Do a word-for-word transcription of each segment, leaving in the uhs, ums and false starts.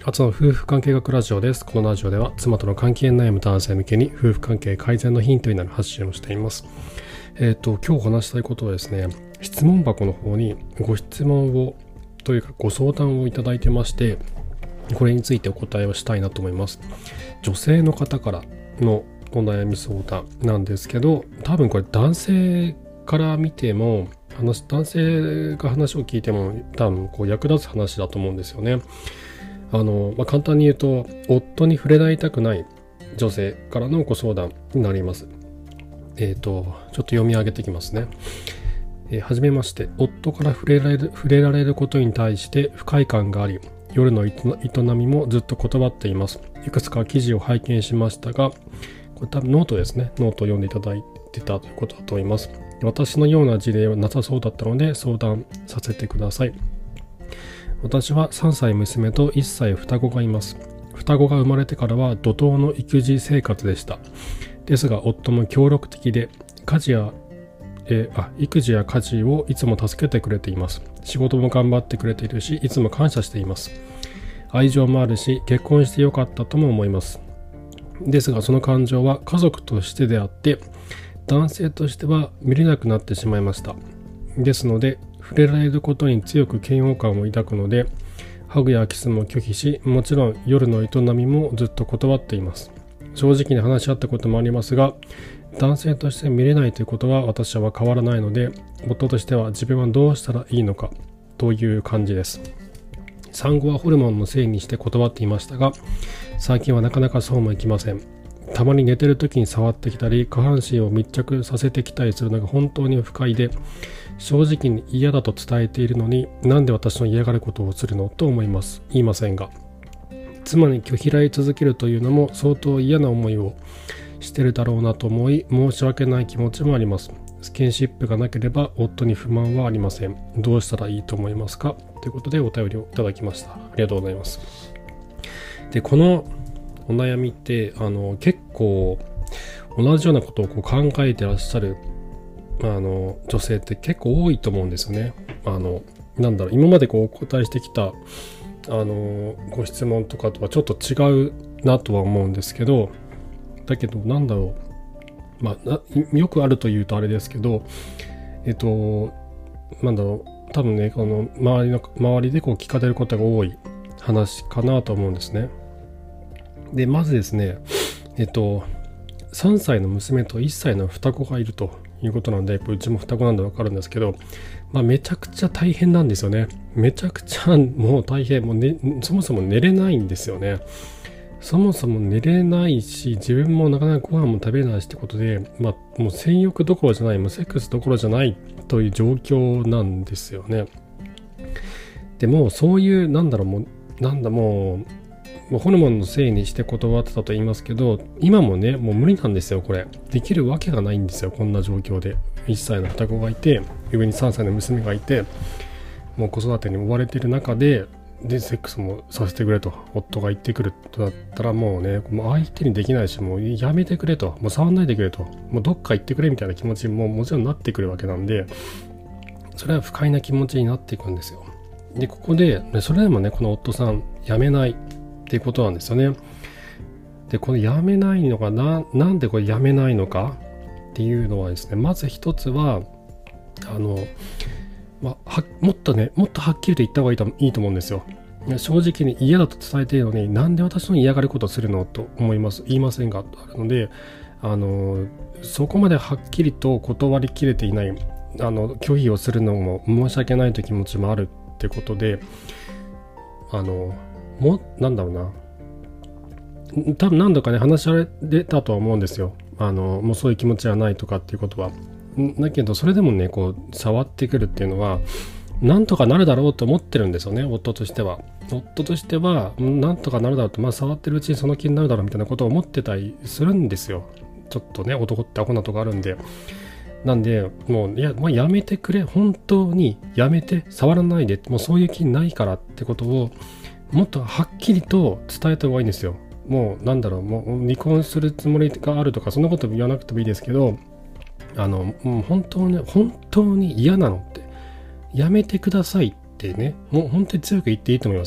あつの夫婦関係学ラジオです。このラジオでは妻との関係に悩む男性向けに夫婦関係改善のヒントになる発信をしています。えっと、今日話したいことはですね、質問箱の方にご質問をというかご相談をいただいてまして、これについてお答えをしたいなと思います。女性の方からのお悩み相談なんですけど、多分これ男性から見ても話男性が話を聞いても多分こう役立つ話だと思うんですよね。あの、まあ、簡単に言うと、夫に触れられたくない女性からのご相談になります。えっと、ちょっと読み上げていきますね。えー、はじめまして、夫から触れられる、触れられることに対して不快感があり、夜の営みもずっと断っています。いくつか記事を拝見しましたが、これ多分ノートですね。ノートを読んでいただいてたということだと思います。私のような事例はなさそうだったので相談させてください。私はさんさい娘といっさい双子がいます。双子が生まれてからは怒涛の育児生活でした。ですが夫も協力的で家事や、えー、あ育児や家事をいつも助けてくれています。仕事も頑張ってくれているし、いつも感謝しています。愛情もあるし、結婚してよかったとも思います。ですがその感情は家族としてであって、男性としては見れなくなってしまいました。ですので、触れられることに強く嫌悪感を抱くので、ハグやキスも拒否し、もちろん夜の営みもずっと断っています。正直に話し合ったこともありますが、男性として見れないということは私は変わらないので、夫としては自分はどうしたらいいのかという感じです。産後はホルモンのせいにして断っていましたが、最近はなかなかそうもいきません。たまに寝てる時に触ってきたり、下半身を密着させてきたりするのが本当に不快で、正直に嫌だと伝えているのに、なんで私の嫌がることをするのと思います。言いませんが、妻に拒否られ続けるというのも相当嫌な思いをしてるだろうなと思い、申し訳ない気持ちもあります。スキンシップがなければ夫に不満はありません。どうしたらいいと思いますか、ということでお便りをいただきました。ありがとうございます。で、このお悩みってあの結構同じようなことをこう考えてらっしゃるあの女性って結構多いと思うんですよね。あのなんだろう、今までこうお答えしてきたあのご質問とかとはちょっと違うなとは思うんですけど、だけどなんだろう、まあよくあるというとあれですけど、えっとなんだろう、多分ね、この周りの周りでこう聞かれることが多い話かなと思うんですね。で、まずですね、えっとさんさいの娘といっさいの双子がいるということなんで、うちも双子なんでわかるんですけど、まあ、めちゃくちゃ大変なんですよね。めちゃくちゃもう大変、もう、ね、そもそも寝れないんですよね。そもそも寝れないし、自分もなかなかご飯も食べれないしってことで、まあ、もう性欲どころじゃない、もうセックスどころじゃないという状況なんですよね。でもそういうなんだろう、もうなんだもうもうホルモンのせいにして断ってたと言いますけど、今もね、もう無理なんですよ。これできるわけがないんですよ。こんな状況でいっさいの双子がいて、上にさんさいの娘がいて、もう子育てに追われている中ででセックスもさせてくれと夫が言ってくるとだったら、もうね、もう相手にできないし、もうやめてくれと、もう触んないでくれと、もうどっか行ってくれみたいな気持ちももちろんなってくるわけなんで、それは不快な気持ちになっていくんですよ。で、ここでそれでもね、この夫さんやめないっていうことなんですよね。で、このやめないのが な, なんでこれやめないのかっていうのはですね、まず一つはあの、まあ、はもっとねもっとはっきりと言った方がいい と, いいと思うんですよ。正直に嫌だと伝えているのに、なんで私の嫌がることをするのと思います。言いませんがとあるので、あのそこまではっきりと断りきれていない、あの拒否をするのも申し訳ないという気持ちもあるってことで、あのもなんだろうな、多分何度かね話し合われたとは思うんですよ。あのもうそういう気持ちはないとかっていうことは。だけどそれでもね、こう触ってくるっていうのはなんとかなるだろうと思ってるんですよね。夫としては夫としてはなんとかなるだろうと、まあ触ってるうちにその気になるだろうみたいなことを思ってたりするんですよ。ちょっとね、男ってアホなとこあるんで。なんでもういや、もうやめてくれ、本当にやめて、触らないで、もうそういう気ないからってことをもっとはっきりと伝えた方がいいんですよ。もうなんだろう、もう離婚するつもりがあるとかそんなこと言わなくてもいいですけど、あのもう本当に本当に嫌なのってやめてくださいってね、もう本当に強く言っていいと思いますよ。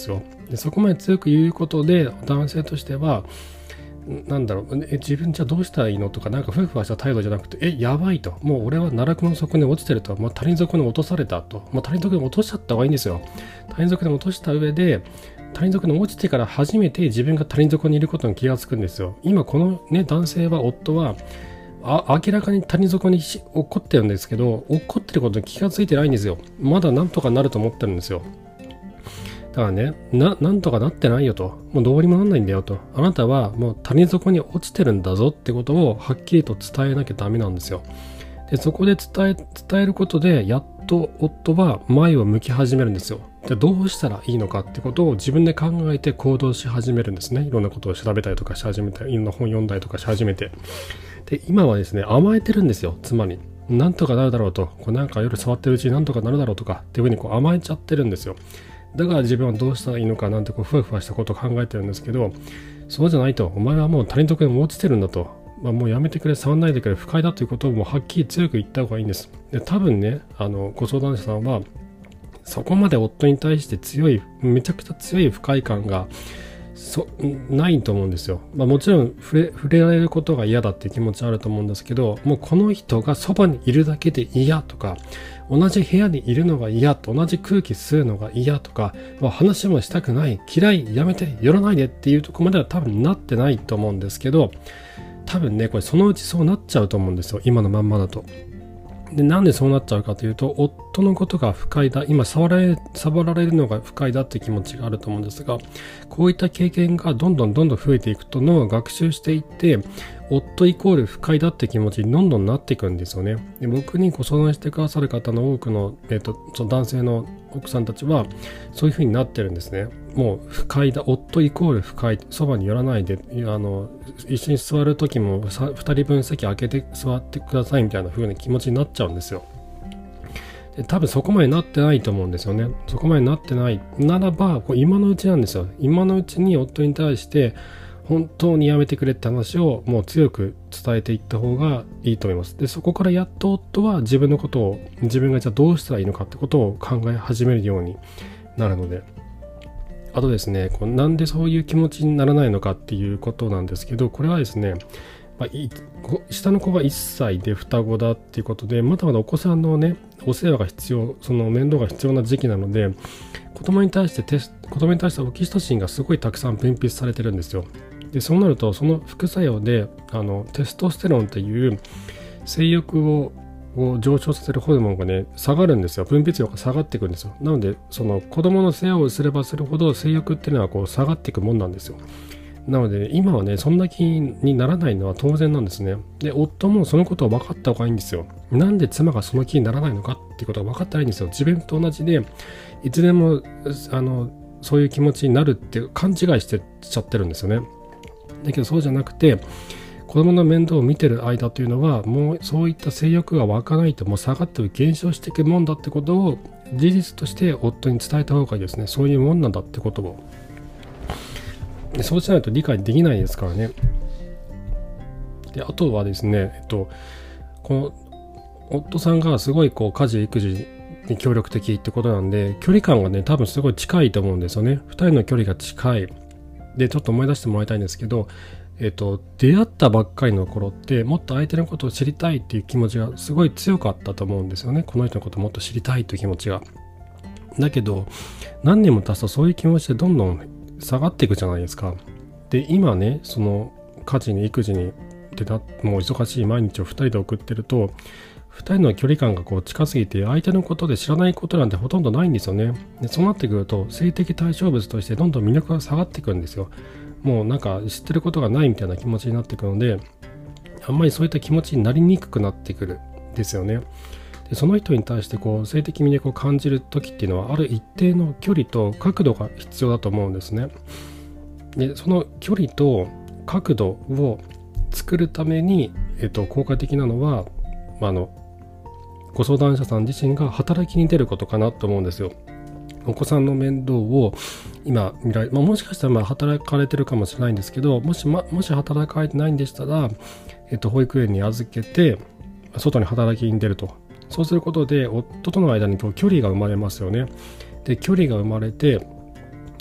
でそこまで強く言うことで男性としてはなんだろう、え自分じゃどうしたらいいのとか、なんかふわふわした態度じゃなくて、えやばいと、もう俺は奈落の底に落ちてると、もう他人底に落とされたと、もう他人底に落としちゃった方がいいんですよ。他人底に落とした上で他人底に落ちてから初めて自分が他人底にいることに気がつくんですよ。今このね男性は夫はあ明らかに他人底に落っこってるんですけど、落っこってることに気がついてないんですよ。まだなんとかなると思ってるんですよ。だからね、な、なんとかなってないよと。もうどうにもなんないんだよと。あなたはもう他人底に落ちてるんだぞってことをはっきりと伝えなきゃダメなんですよ。で、そこで伝え、伝えることで、やっと夫は前を向き始めるんですよ。で、どうしたらいいのかってことを自分で考えて行動し始めるんですね。いろんなことを調べたりとかし始めて、いろんな本読んだりとかし始めて。で、今はですね、甘えてるんですよ、妻に。なんとかなるだろうと。こうなんか夜触ってるうちになんとかなるだろうとか、っていうふうにこう甘えちゃってるんですよ。だから自分はどうしたらいいのかなんてこうふわふわしたことを考えてるんですけど、そうじゃないと。お前はもう他人とに落ちてるんだと。まあ、もうやめてくれ、触んないでくれ、不快だということをもうはっきり強く言った方がいいんです。で、多分ね、あのご相談者さんはそこまで夫に対して強い、めちゃくちゃ強い不快感がそないと思うんですよ。まあ、もちろん触れ、触れられることが嫌だっていう気持ちあると思うんですけど、もうこの人がそばにいるだけで嫌とか、同じ部屋にいるのが嫌と、同じ空気吸うのが嫌とか、まあ、話もしたくない、嫌い、やめて、寄らないでっていうところまでは多分なってないと思うんですけど、多分ね、これそのうちそうなっちゃうと思うんですよ、今のまんまだと。で、なんでそうなっちゃうかというと、夫のことが不快だ、今触られ、触られるのが不快だっていう気持ちがあると思うんですが、こういった経験がどんどんどんどん増えていくと脳が学習していって、夫イコール不快だって気持ちにどんどんなっていくんですよね。で、僕にご相談してくださる方の多くの、えっと、その男性の奥さんたちはそういう風になってるんですね。もう不快だ、夫イコール不快、そばに寄らないで、あの一緒に座る時もふたりぶん席空けて座ってくださいみたいな風な気持ちになっちゃうんですよ。で、多分そこまでなってないと思うんですよね。そこまでなってないならば、こう今のうちなんですよ。今のうちに夫に対して本当にやめてくれって話をもう強く伝えていった方がいいと思います。で、そこからやっと夫は自分のことを、自分がじゃあどうしたらいいのかってことを考え始めるようになるので、あとですね、こうなんでそういう気持ちにならないのかっていうことなんですけど、これはですね、まあ、い下の子がいっさいで双子だっていうことで、まだまだお子さんのね、お世話が必要、その面倒が必要な時期なので、子供に対してテス子供に対してオキシトシンがすごいたくさん分泌されてるんですよ。で、そうなるとその副作用であのテストステロンっていう性欲をを上昇させるホルモンがね下がるんですよ。分泌量が下がっていくんですよ。なのでその子供の世話をすればするほど性欲っていうのはこう下がっていくもんなんですよ。なので、ね、今はねそんな気にならないのは当然なんですね。で、夫もそのことを分かった方がいいんですよ。なんで妻がその気にならないのかっていうことが分かったらいいんですよ。自分と同じでいつでもあのそういう気持ちになるって勘違いしてちゃってるんですよね。だけどそうじゃなくて、子供の面倒を見てる間というのはもうそういった性欲が湧かないともう下がって減少していくもんだってことを事実として夫に伝えた方がいいですね。そういうもんなんだってことを。で、そうしないと理解できないですからね。で、あとはですね、えっと、この夫さんがすごいこう家事育児に協力的ってことなんで、距離感がね多分すごい近いと思うんですよね。ふたりの距離が近い。で、ちょっと思い出してもらいたいんですけど、えっと、出会ったばっかりの頃ってもっと相手のことを知りたいっていう気持ちがすごい強かったと思うんですよね。この人のことをもっと知りたいという気持ちが。だけど何年も経つとそういう気持ちでどんどん下がっていくじゃないですか。で、今ねその家事に育児にでなもう忙しい毎日をふたりで送ってると、ふたりの距離感がこう近すぎて相手のことで知らないことなんてほとんどないんですよね。で、そうなってくると性的対象物としてどんどん魅力が下がっていくんですよ。もうなんか知ってることがないみたいな気持ちになっていくので、あんまりそういった気持ちになりにくくなってくるんですよね。で、その人に対してこう性的魅力を感じる時っていうのはある一定の距離と角度が必要だと思うんですね。で、その距離と角度を作るために、えっと、効果的なのは、まあ、あのご相談者さん自身が働きに出ることかなと思うんですよ。お子さんの面倒を今見られ、まあ、もしかしたらまあ働かれてるかもしれないんですけど、もし、ま、もし働かれてないんでしたら、えっと、保育園に預けて外に働きに出ると。そうすることで夫との間にこう距離が生まれますよね。で、距離が生まれて、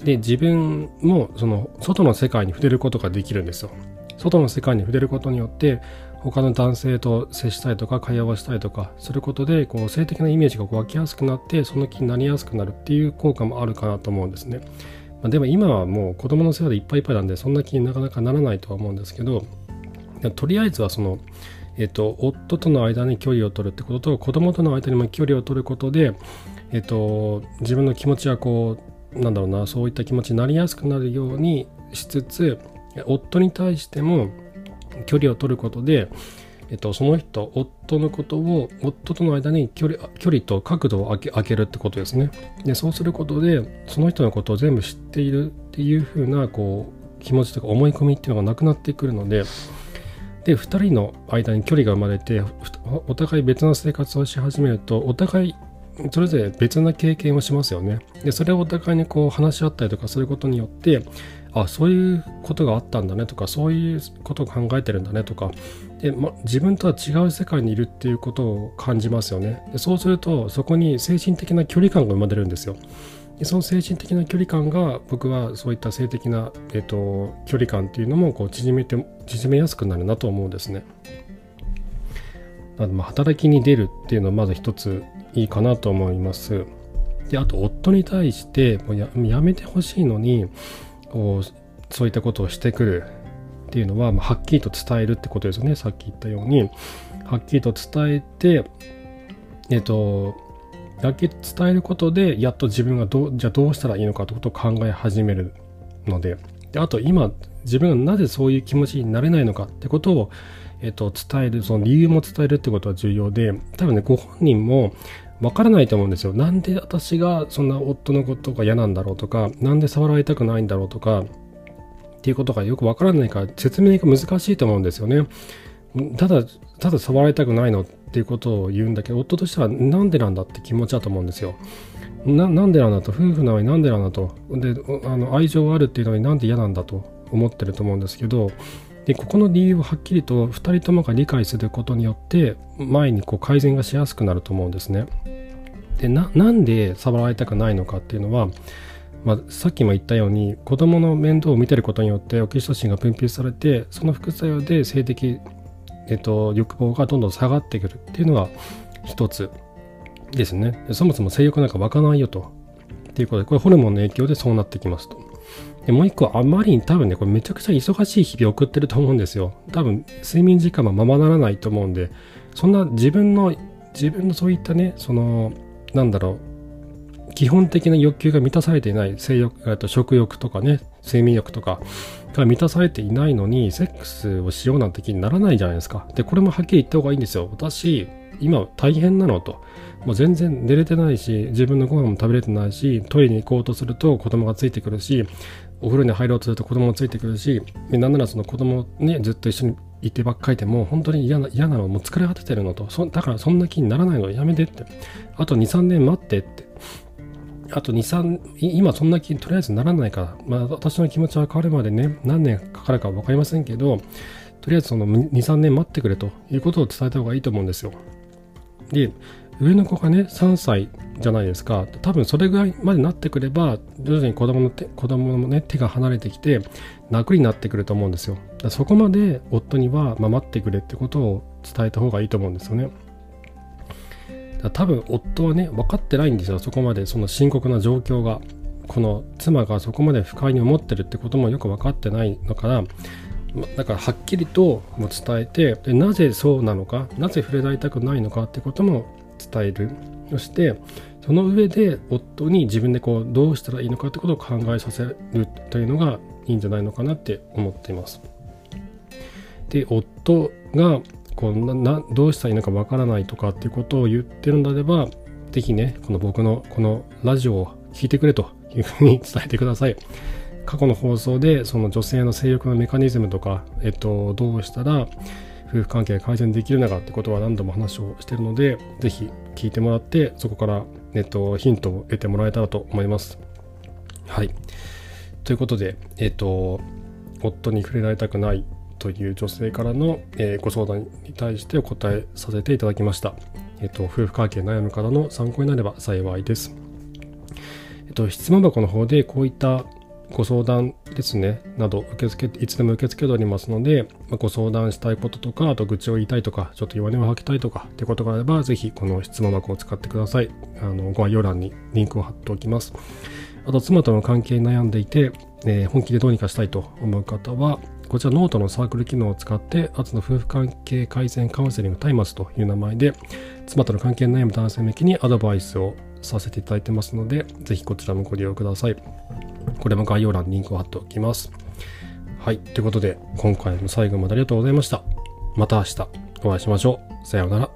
で、自分もその外の世界に触れることができるんですよ。外の世界に触れることによって、他の男性と接したりとか会話をしたりとかすることで、こう性的なイメージがこう湧きやすくなって、その気になりやすくなるっていう効果もあるかなと思うんですね。まあ、でも今はもう子供の世話でいっぱいいっぱいなんで、そんな気になかなかならないとは思うんですけど、とりあえずはその、えっと、夫との間に距離を取るってことと、子供との間にも距離を取ることで、えっと、自分の気持ちはこう、なんだろうな、そういった気持ちになりやすくなるようにしつつ、夫に対しても距離を取ることで、えっと、その人、夫のことを、夫との間に距離、距離と角度を空け、空けるってことですね。で、そうすることで、その人のことを全部知っているっていう風な、こう、気持ちとか思い込みっていうのがなくなってくるので、で、ふたりの間に距離が生まれて、お互い別の生活をし始めると、お互いそれぞれ別な経験をしますよね。で、それをお互いにこう話し合ったりとかすることによって、あ、そういうことがあったんだねとか、そういうことを考えてるんだねとか、で、ま、自分とは違う世界にいるっていうことを感じますよね。で、そうすると、そこに精神的な距離感が生まれるんですよ。で、その精神的な距離感が、僕はそういった性的な、えっと、距離感っていうのもこう縮めて、縮めやすくなるなと思うんですね。なので、まあ、働きに出るっていうのはまず一ついいかなと思います。で、あと夫に対してもう や, やめてほしいのにこうそういったことをしてくるっていうのは、まあ、はっきりと伝えるってことですよね。さっき言ったようにはっきりと伝えて、えっとだけ伝えることでやっと自分がどうじゃあどうしたらいいのかってことを考え始めるので、であと今自分がなぜそういう気持ちになれないのかってことをえっと、伝える、その理由も伝えるってことは重要で、多分ね、ご本人もわからないと思うんですよ。なんで私がそんな夫のことが嫌なんだろうとか、なんで触られたくないんだろうとか、っていうことがよくわからないから説明が難しいと思うんですよね。ただ、ただ触られたくないのっていうことを言うんだけど、夫としてはなんでなんだって気持ちだと思うんですよ。な, なんでなんだと、夫婦なのになんでなんだと、で、あの愛情があるっていうのになんで嫌なんだと思ってると思うんですけど、でここの理由をはっきりとふたりともが理解することによって前にこう改善がしやすくなると思うんですね。で な, なんで触られたくないのかっていうのは、まあ、さっきも言ったように子供の面倒を見てることによってオキシトシンが分泌されて、その副作用で性的、えっと、欲望がどんどん下がってくるっていうのが一つですね。そもそも性欲なんか湧かないよとっていうことで、これホルモンの影響でそうなってきますと。でもう一個、あまりに多分ね、これめちゃくちゃ忙しい日々を送ってると思うんですよ。多分、睡眠時間もままならないと思うんで、そんな自分の、自分のそういったね、その、なんだろう、基本的な欲求が満たされていない、性欲、と食欲とかね、睡眠欲とかが満たされていないのに、セックスをしようなんて気にならないじゃないですか。で、これもはっきり言った方がいいんですよ。私、今大変なのと。もう全然寝れてないし、自分のご飯も食べれてないし、トイレに行こうとすると子供がついてくるし、お風呂に入ろうとすると子供もついてくるし、なんならその子供ね、ずっと一緒にいてばっかりでも本当に嫌な、嫌なの、もう疲れ果ててるのと、そだからそんな気にならないのやめてって。あとに、さんねん待ってって。あとに、さん、今そんな気にとりあえずならないから、まあ私の気持ちは変わるまでね、何年かかるかわかりませんけど、とりあえずそのに、さんねん待ってくれということを伝えた方がいいと思うんですよ。で、上の子がね、さんさいじゃないですか。多分それぐらいまでなってくれば、徐々に子供の手、子供のね、手が離れてきて、楽になってくると思うんですよ。だそこまで夫には、まあ、待ってくれってことを伝えた方がいいと思うんですよね。だ多分夫はね、分かってないんですよ。そこまでその深刻な状況が。この妻がそこまで不快に思ってるってこともよく分かってないのから、だからはっきりとも伝えて、でなぜそうなのか、なぜ触れられたくないのかってことも伝える。そしてその上で夫に自分でこうどうしたらいいのかってことを考えさせるというのがいいんじゃないのかなって思っています。で、夫がこう な, などうしたらいいのかわからないとかっていうことを言ってるのであれば、ぜひね、この僕のこのラジオを聞いてくれというふうに伝えてください。過去の放送でその女性の性欲のメカニズムとか、えっと、どうしたら夫婦関係が改善できるのかってことは何度も話をしているので、ぜひ聞いてもらって、そこから、えっと、ヒントを得てもらえたらと思います。はい。ということで、えっと、夫に触れられたくないという女性からの、えー、ご相談に対してお答えさせていただきました。えっと、夫婦関係悩む方の参考になれば幸いです。えっと、質問箱の方でこういったご相談ですねなど受け付けいつでも受け付けておりますので、まあ、ご相談したいこととか、あと愚痴を言いたいとか、ちょっと弱音を吐きたいとかってことがあれば、ぜひこの質問箱を使ってください。あのご概要欄にリンクを貼っておきます。あと妻との関係に悩んでいて、えー、本気でどうにかしたいと思う方は、こちらノートのサークル機能を使って、アツの夫婦関係改善カウンセリング松明という名前で、妻との関係に悩む男性向けにアドバイスをさせていただいてますので、ぜひこちらもご利用ください。これも概要欄にリンクを貼っておきます。はい、ということで今回も最後までありがとうございました。また明日お会いしましょう。さようなら。